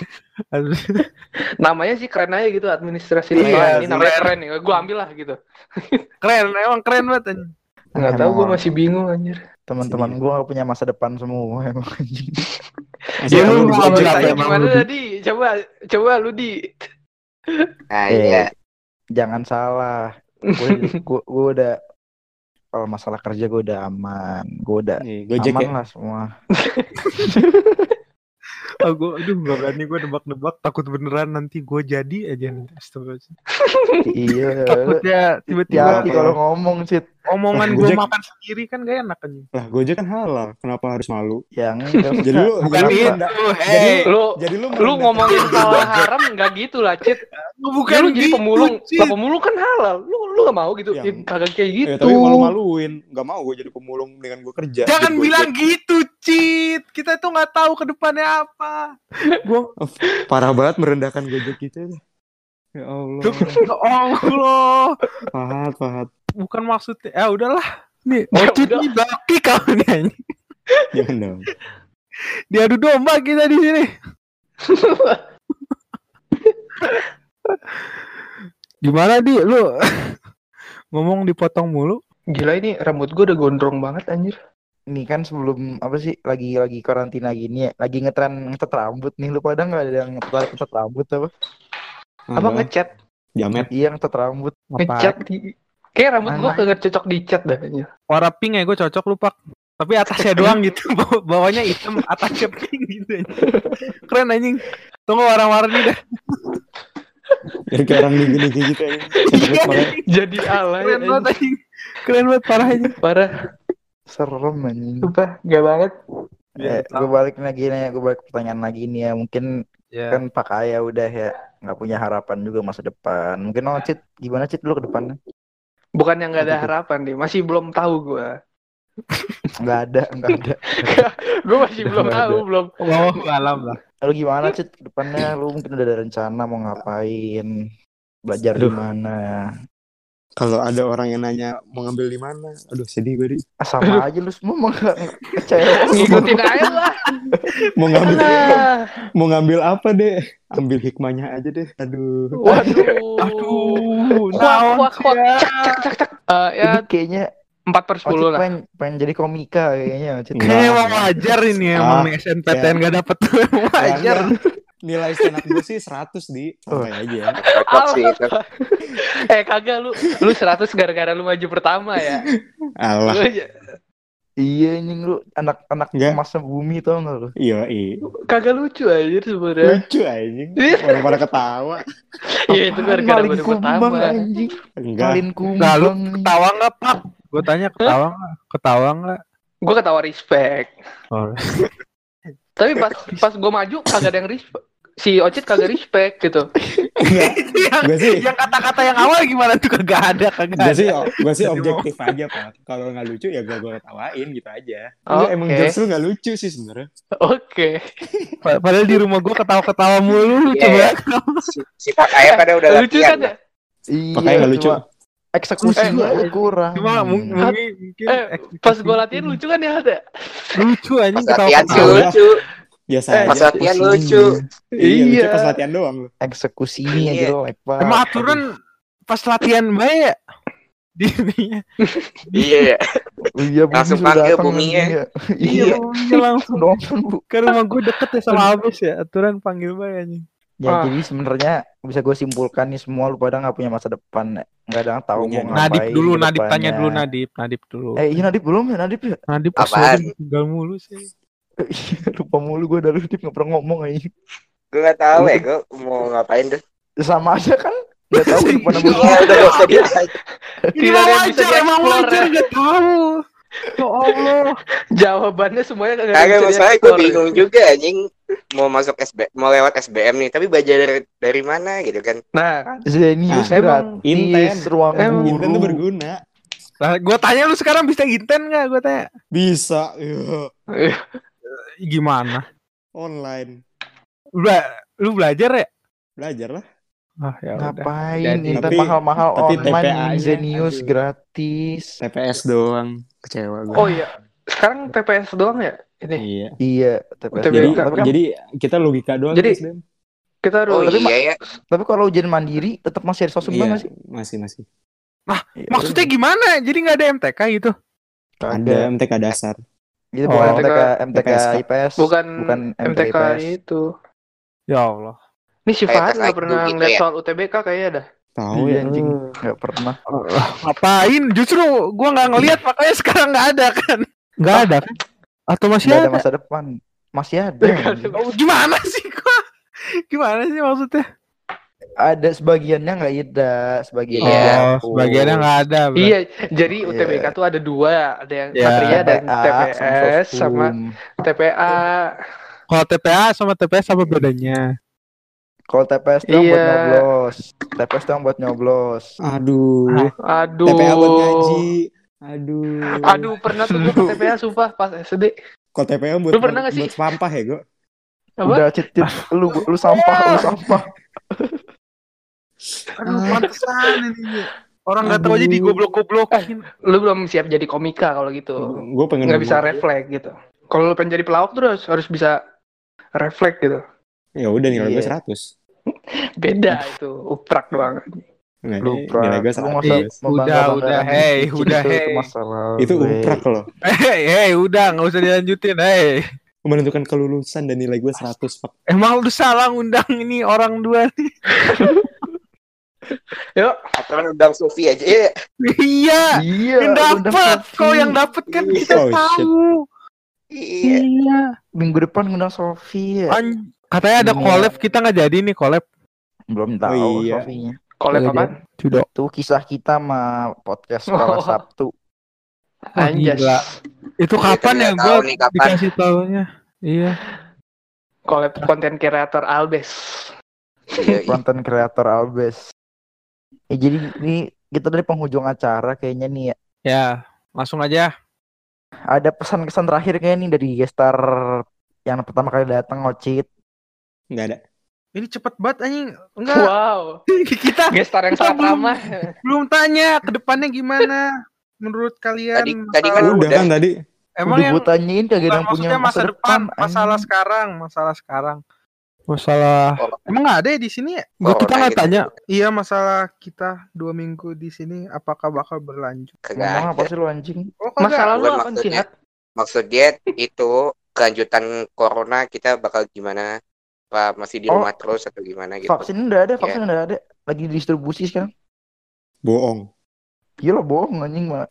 Namanya sih keren aja gitu administrasi Iya, negara. Ini namanya keren. keren nih. Gue ambil lah gitu. Keren emang keren banget anjing. Nggak tahu gue Emang masih bingung anjir. teman-teman gue gak punya masa depan semua emang anjing. Masih Ya, lu tahu di mau Gojek. ambil apa Ceritanya emang gimana lu, Di? tadi? Coba lu di. Nah, iya. Jangan salah. Gue udah kalau masalah kerja gue udah aman. Gue udah Nih, Gojek aman ya. lah semua. Aduh gak berani gue nebak-nebak, takut beneran nanti gue jadi aja nanti. Astagfirullah. Iya. Takutnya tiba-tiba Hati-hati kalau ngomong sih. omongan Lah, gue Gojek. makan sendiri kan gak enak kan. Lah Gojek kan halal, kenapa harus malu? Yang Jadi lu Bukan jadi lu itu, rendah- hei. jadi lu Lu merendahkan ngomongin Gojek. halal haram nggak gitu lah, Cit. Bukan Lu jadi gitu, pemulung. Cit. Lah pemulung kan halal. Lu gak mau gitu. Yang- Kagak kayak gitu. Ya, tapi malu-maluin, nggak mau gue jadi pemulung dengan gue kerja. Jangan di Gojek. bilang gitu, Cit. Kita tuh nggak tahu ke depannya apa. Gua Parah banget merendahkan Gojek gitu. Ya Allah, ya Allah, Fahad. bukan maksudnya. Ya udahlah. Nih, Ya Ocit udah. nih baki kau nih anjing. Jangan dong. Diadu domba kita di sini. Gimana Di, lu ngomong dipotong mulu? Gila ini rambut gue udah gondrong banget anjir. Ini kan sebelum apa sih lagi karantina gini ya, lagi ngetren ngecat rambut nih. Lu pada nggak ada yang tertarik ngecat rambut apa? Apa ngecat? Jamet. Iya ngecat rambut. Ngecat di... Kayak rambut gue Mana? kagak cocok dicat dah anjir. Warna pink ya gue cocok lu Pak. Tapi atasnya doang gitu, bawahnya hitam, atasnya pink gitu anjing. Keren anjing. Tunggu warna-warni dah. Jadi kayak orang gini gitu ya. Iya, Jadi alay keren banget anjir. anjing. Keren banget parah anjing. Parah. Serem anjing. Sumpah gak banget. Gue balik lagi nih, gue balik pertanyaan lagi nih ya. Mungkin Ya. kan Pak Kaya udah ya nggak punya harapan juga masa depan. Mungkin Cit, gimana Cit lu ke depannya? Bukan yang gak ada Apa tuh? harapan deh. Masih belum tahu gue. Nggak ada. Gue masih belum Nggak tahu. ada. Belum. Oh, alam lah. Lu gimana Cit ke depannya? Lu mungkin udah ada rencana mau ngapain? Belajar di Aduh. mana? Kalau ada orang yang nanya mau ngambil di mana, aduh sedih gue. Ah, sama aja lu semua mau nggak kecewa. Ngikutin aja lah. Mau ngambil Alah. mau ngambil apa deh? Ambil hikmahnya aja deh. Aduh. Waduh. Aduh, Kuak, naon kuak, kuak. sia. Cak. Ini Ya kayaknya 4/10 Cit lah. pengen jadi komika kayaknya Cit. Enggak. Kayaknya emang wajar ini emang Ah, nih SNPTN gak dapet tuh. Wajar. Nilai stand up gue sih 100 di. Santai aja. Cocok sih itu. Kagak lu 100 gara-gara lu maju pertama ya. Allah. Lu aja- Iya anjing lu anak Nggak. emasnya bumi tau gak lu? Iya. kagak lucu aja sebenarnya. Lucu anjing. Iya. Orang pada ketawa. Iya itu gara-gara Malin baru kumbang pertama. anjing. Enggak. Malin Nah, lu kumbang. ketawa nggak Pak? Gue tanya ketawa nggak? Ketawa nggak? Gue ketawa respect. Oh. Tapi pas gue maju kagak ada yang respect. Si Ocit kagak respect gitu. Gue sih Yang kata-kata yang awal gimana tuh kagak ada. gue sih objektif aja Pak. Kalau nggak lucu ya gue ketawain gitu aja. Oke. Enggak, emang jokes lu nggak lucu sih sebenarnya. Oke. Padahal di rumah gue ketawa-ketawa mulu. Iya, Coba. Si Pak Kaya pada udah Lucu latihan. kan ya? Makanya nggak lucu. cuma eksekusinya Eh, aja kurang. Cuma mungkin Pas gue latihan lucu kan ya ada. lucu aja Pas latihan sih ketawa-ketawa. lucu. Biasa Pas aja. latihan lucu. Iya, lucu Iya. pas latihan doang lu. Eksekusinya Iya. jelek Pak. Emang aturan pas latihan bae ya? Di ininya. Iya ya. Iya, Bumi Langsung sudah panggil datang buminya. anjing, ya. Iya, iya langsung. Nonton Bu. Ke rumah gue deket ya sama Abis ya. Aturan panggil bae anjing. Ya Ah. jadi sebenarnya bisa gue simpulkan nih semua lu pada nggak punya masa depan. Nggak ada yang tahu Punya. mau ngapain. Nadip dulu, ke Nadip tanya depannya. dulu Nadip dulu. Iya Nadip belum ya Nadip ya? Nadip Apaan? Apaan? Tinggal mulu sih. Lupa mulu gue dari Nadip nggak pernah ngomong aja. Gue gak tahu ya gue mau ngapain tuh. Sama aja kan. Nggak tahu di mana mau. Iya udah gak usah ditanya. Tidak ada yang bisa emang dieksplor wajar ya. gak tahu. Ya Allah. Jawabannya semuanya kagak Kagak bisa masalah gue dieksplor. bingung juga anjing mau masuk mau lewat SBM nih tapi belajar dari mana gitu kan. Nah kan. Zenius Emang gratis, inten. ruang Emang guru. Inten tuh berguna. Nah, gue tanya lu sekarang bisa inten gak? Gue tanya. Bisa. Iya. Gimana? Online. Lu belajar ya? Belajar lah. Ah ya udah. Ngapain? Jadi- Inten Tapi- mahal-mahal tapi online, TPA-nya, Zenius aduh. gratis. TPS doang. Kecewa gue. Oh iya. Sekarang TPS doang ya? Ini Iya. Iya, TPS. TPA. Jadi, Tapi kan- jadi kita logika doang. Jadi- SDM. kita harus Oh Tapi iya ya. Tapi kalau ujian mandiri tetap masih ada sosum Iya, nggak sih? masih. Iya, Maksudnya gimana? Jadi gak ada MTK gitu? kagak. Ada MTK dasar. Itu Oh. bukan MTK TPS. IPS. bukan MTK MTK IPS. itu. Ya Allah. Ini si Kayak Fahad tes nggak IQ pernah gitu ngeliat ya? soal UTBK kayaknya dah. Tahu Iya, ya anjing. Nggak pernah. Ngapain? Justru gua nggak ngelihat makanya sekarang nggak ada kan? Nggak ada kan? Atau masih Nggak ada ada? masa depan. Masih ada. anjing. Oh, gimana sih kok? Gimana sih maksudnya? Ada sebagiannya nggak ada, sebagiannya Iya. dihapus. Sebagiannya nggak ada. Bro. Iya, jadi Iya. UTBK tuh ada dua, ada yang Iya. Satria dan TPA TPS sama Soskum. TPA. Kalau TPA sama TPS apa bedanya? Kalau TPS doang buat Iya. nyoblos. TPS doang buat nyoblos. Aduh. Aduh. TPA buat ngaji. Aduh. Aduh, pernah tuh gue ke TPA sumpah pas SD. Kok TPA buat Lu pernah nggak sih? buat sampah ya, Go? Apa? Udah Cit, lu sampah, lu sampah. Aduh, pantesan ini. Orang nggak tahu aja digoblok-goblokin. Lu belum siap jadi komika kalau gitu. Gue pengen Nggak bisa refleks gitu. Kalau lu pengen jadi pelawak tuh harus bisa refleks gitu. Ya udah nilai gue Iya. 100. Beda itu, uprak doang. Nggak, Lupa. nilai gue Lu nggak 100. usah membangga-banggakan Udah, diri hey, Cit, udah, itu hey. masalah Itu gue. uprak loh. Hei, udah nggak usah dilanjutin. Hei, Menentukan kelulusan dan nilai gue 100, Pak. emang lu salah ngundang ini orang dua nih. Yuk, Aturan undang Sufi aja. Iya. Iya, Iya, yang lu udah dapat. Sofi. Kau yang dapat kan kita Oh, shit. tahu. Iya. Iya. Minggu depan ngundang Sofi ya. Katanya ada Ini collab, kita nggak jadi nih collab. Belum tahu iya. Sofinya. collab Iya, apaan? Sudah. Itu kisah kita sama podcast Sekolah Oh. Sabtu. Wah, Anjas. gila. Itu kapan Kita ya nggak gue tahu nih kapan. dikasih tahunya? Iya. Collab konten kreator Albes. Iya. Konten kreator Albes. Jadi ini kita dari penghujung acara kayaknya nih ya. Ya, langsung aja. Ada pesan-kesan terakhir kayaknya nih dari gestar yang pertama kali datang Ngocit. Nggak ada. Ini cepet banget anjing. Enggak. Wow. Kita Gestar yang Kita sangat belum- ramah. belum tanya ke depannya gimana menurut kalian. Tadi kan Udah kan tadi. emang Udah yang gue tanyain kagak ada yang punya maksudnya masa depan, masalah anjing. sekarang, masalah Oh. emang nggak ada ya di sini ya? Gua kita Corona nggak gitu. tanya. Iya, masalah kita 2 minggu di sini apakah bakal berlanjut? Kagak Ngomong apa ada. sih lu anjing? Oh, kagak. Masalah lu Bukan apa sih, maksudnya. Hat? Maksudnya itu kelanjutan corona kita bakal gimana? Apa masih di Oh. rumah terus atau gimana gitu? Vaksin udah ada, Iya. vaksin udah ada. Lagi distribusi sekarang. Bohong. Gila bohong anjing mah.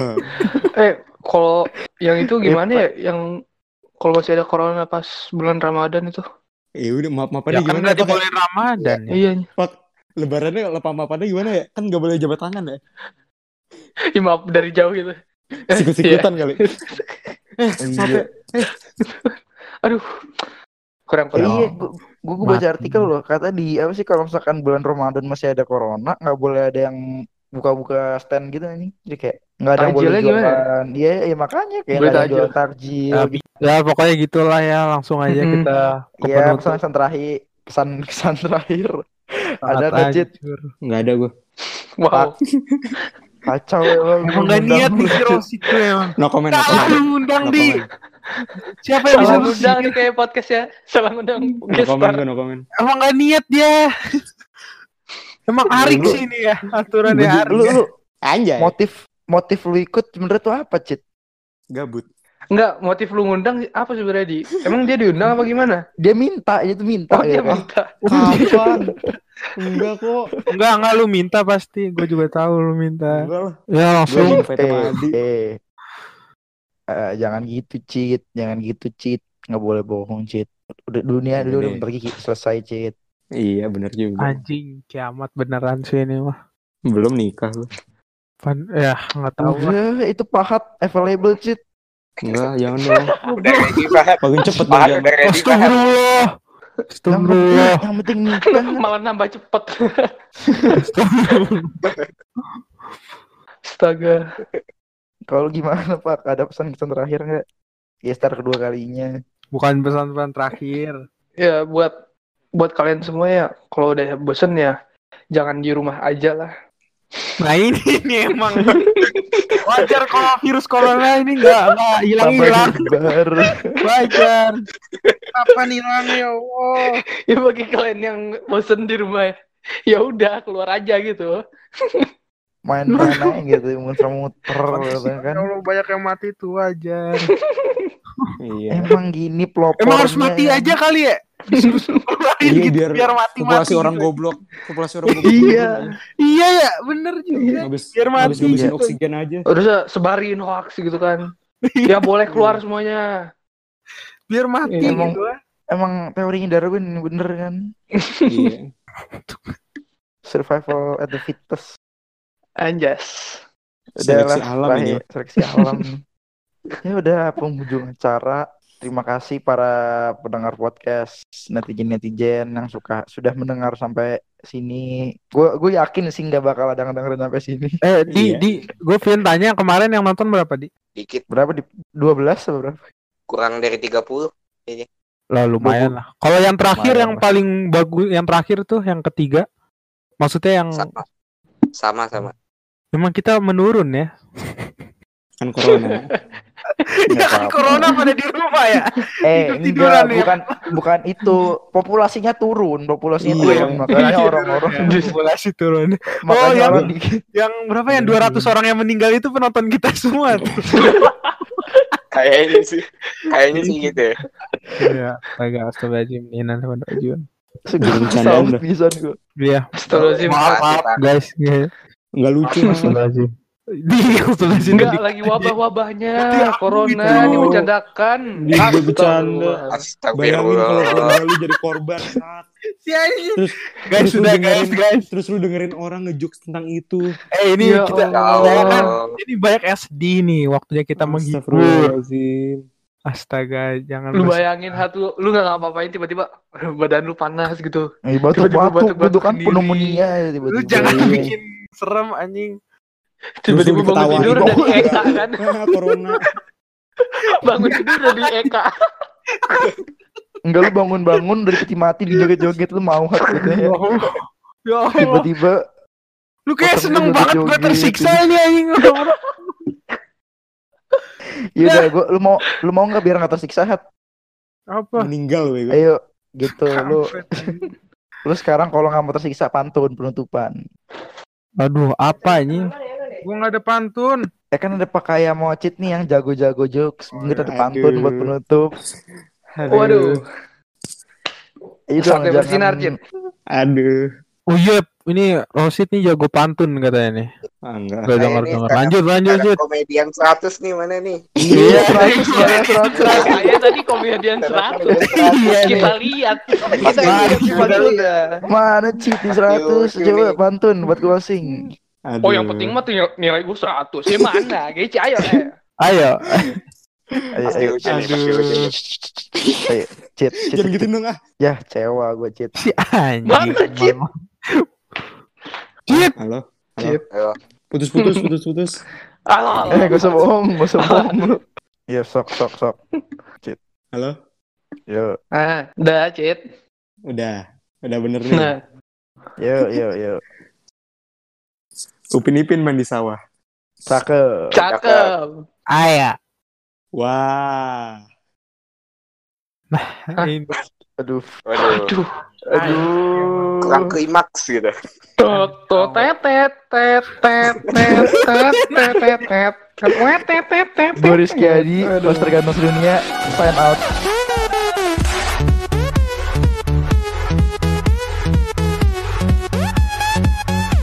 Kalau yang itu gimana ya? Yang kalau masih ada corona pas bulan Ramadan itu? Ya udah maaf-maafannya Ya kan gimana udah Pak? dimulai Ramadan ya. Iya. Pak, lebarannya maaf-maafannya gimana ya? Kan nggak boleh jabat tangan ya? Ya, maaf dari jauh gitu. Sikut-sikutan kali. Maaf ya. Aduh. Kurang. Iya, gue baca Mati. artikel loh. Kata di apa sih kalau misalkan bulan Ramadan masih ada corona, nggak boleh ada yang buka-buka stand gitu nih. Jadi kayak nggak ada yang boleh Takjilnya gimana? jualan. Iya, ya makanya kayak Boleh nggak ada yang takjil. jualan takjil. Ya pokoknya gitulah ya, langsung aja Mm-mm. kita ke Iya, penutup. pesan terakhir, kesan terakhir. Ada Sangat nggak, Cit? hancur. Nggak ada gue. Wow. Kacau ya lo. Emang gak niat nih si Rosi tuh emang. No comment. Salah lu undang di. Siapa yang bisa Salah undang ngundang? nih kayak podcast ya. Salah undang No comment gestar. gue, no comment. Emang gak niat dia. Emang arik Lu- sih ini ya aturan Gua ya. juga- Arik. Lu Anjay. motif lu ikut sebenarnya tuh apa, Cit? Gabut. Enggak, motif lu ngundang apa sebenarnya di? Emang dia diundang apa gimana? Dia minta, dia tuh minta Oh, dia ya kan. minta. Kapan? Enggak kok. Enggak lu minta pasti. Gue juga tahu lu minta. Enggak lah. Ya Gue langsung. invite sama Adi. Jangan gitu, Cit. Jangan gitu, Cit. Nggak boleh bohong, Cit. Udah dunia Iya, dulu udah deh. bentar lagi selesai, Cit. Iya bener juga. Anjing kiamat beneran sih ini mah. Belum nikah lu. Ya nggak tahu lah. Udah, itu pahat available, Cit. Enggak, jangan dong. Udah ready banget. Paling cepet Pak, dong. udah ready banget. Astagfirullah. Astagfirullah. Yang penting nikah. Malah nambah cepet. Astaga. Kalau gimana, Pak? Ada pesan-pesan terakhir nggak? Gestar kedua kalinya. Bukan pesan-pesan terakhir. Ya buat kalian semua ya, kalau udah bosen ya jangan di rumah aja lah. Nah ini nih emang wajar kalau virus corona ini nggak hilang-hilang. Bar. Wajar. Kapan hilang ya Allah? Ya bagi kalian yang bosen di rumah ya udah keluar aja gitu. Main-main aja gitu, muter-muter gitu Ya kan. Allah banyak yang mati tuh wajar. Iya. Emang gini pelopornya. Emang harus mati aja kali ya? Disuruh keluarin Iya gitu, biar mati-mati. populasi orang gitu. goblok. Populasi orang goblok. Iya. Iya ya, bener juga. Biar mati ngabisin gitu. oksigen aja. Terus sebarin hoax gitu kan. Ya boleh keluar semuanya. Biar mati Emang- gitu lah. Emang teorinya Darwin bener kan? Iya. Survival at the fittest. Anjas. Seleksi Udahlah, alam lah ini ya, seleksi alam. Ya udah, penghujung acara. Terima kasih para pendengar podcast, netizen yang sudah mendengar sampai sini. Gue yakin sih nggak bakal ada yang dengerin sampai sini. Iya. Gue Vin tanya kemarin yang nonton berapa di? Dikit, Berapa di 12 atau berapa? kurang dari 30. Lah lumayan lah. Kalau yang terakhir Lumayan yang lah. paling bagus, yang terakhir tuh yang ketiga. Maksudnya yang Sama. memang kita menurun ya. Kan corona. Nggak apa-apa. Corona pada di rumah ya. Enggak, Tidur-tiduran ya. bukan itu. Populasinya turun, Iya. makanya orang-orang populasi turun. makanya yang- orang dikit. Yang berapa yang 200 orang yang meninggal itu penonton kita semua. Kayaknya sih gitu ya. Iya, agak astagfirullahaladzim. Innalillahi Bercandaan dah. Bisa gue. Iya, Astagfirullahaladzim. maaf guys. Nggak lucu mas. Astagfirullahaladzim. Astagfirullahaladzim. Enggak lagi wabah-wabahnya, corona gitu. ini mencandakan. Dia bercanda. Astagfirullah. Bayangin kalau Astagfirullah. keluarga lu jadi korban saat. Si anjing. Terus Guys, terus lu sudah dengerin- guys. Terus lu dengerin orang ngejokes tentang itu. Ini Ya kita Allah. kan ini banyak SD nih, waktunya kita menghibur. Astagfirullahaladzim. Astaga, jangan Lu bayangin lu nggak ngapa-ngapain tiba-tiba badan lu panas gitu. Batuk-batuk batuk-batuk itu kan sendiri. pneumonia tiba-tiba. Lu jangan Iya. bikin serem anjing. Tiba-tiba Terus lu bangun tidur diketawain. udah di Eka kan. Corona. Bangun tidur udah di Eka. Enggak, lu bangun-bangun dari peti mati dijoget-joget lu mau gitu ya. Ya Allah. Tiba-tiba Lu kayak Potong seneng dulu banget gue joget. tersiksa ini anjing. ya udah lu mau enggak biar enggak tersiksa Hat? Apa? Meninggal weh. Ayo gitu lu sekarang kalau nggak mau tersiksa pantun penutupan. Aduh, apa ini? Gua nggak ada pantun. Kan ada pakaian Mocit nih yang jago-jago jokes. Mungkin ada pantun Aduh. buat penutup. Waduh. Itu Sampai bersinar, Cit. Aduh. Oh iya, ini Rosit nih jago pantun katanya nih. Ah, enggak. Gak denger. Lanjut, Cit. Komedian 100 nih mana nih? Iya, 100. Saya tadi komedian 100. Iya, Kita lihat. Kita Mana Cit di 100? Yuk, Coba nih. pantun buat closing. Oh yang penting mah tuh nilai gue 100. Ya mana? Gece ayo. Ayo. Pasti lucu nih, pasti lucu nih. Ayo, Cit. Jangan gitu dong ah. Ya, cewa gue Cit. Si anjing. Mana, Cit? Cit. Halo. Ayo. Putus. Alah. Gak usah bohong lu. Ya, sok. Halo. Yo, Udah, Cit. Udah bener nih. Nah, yo. Upin Ipin main di sawah. Cakep. cakep. Ayo. Wah. Ini. Aduh. Waduh, Aduh. kurang klimaks gitu. Gue Rizky Adi, Master Ganteng Dunia, sign out.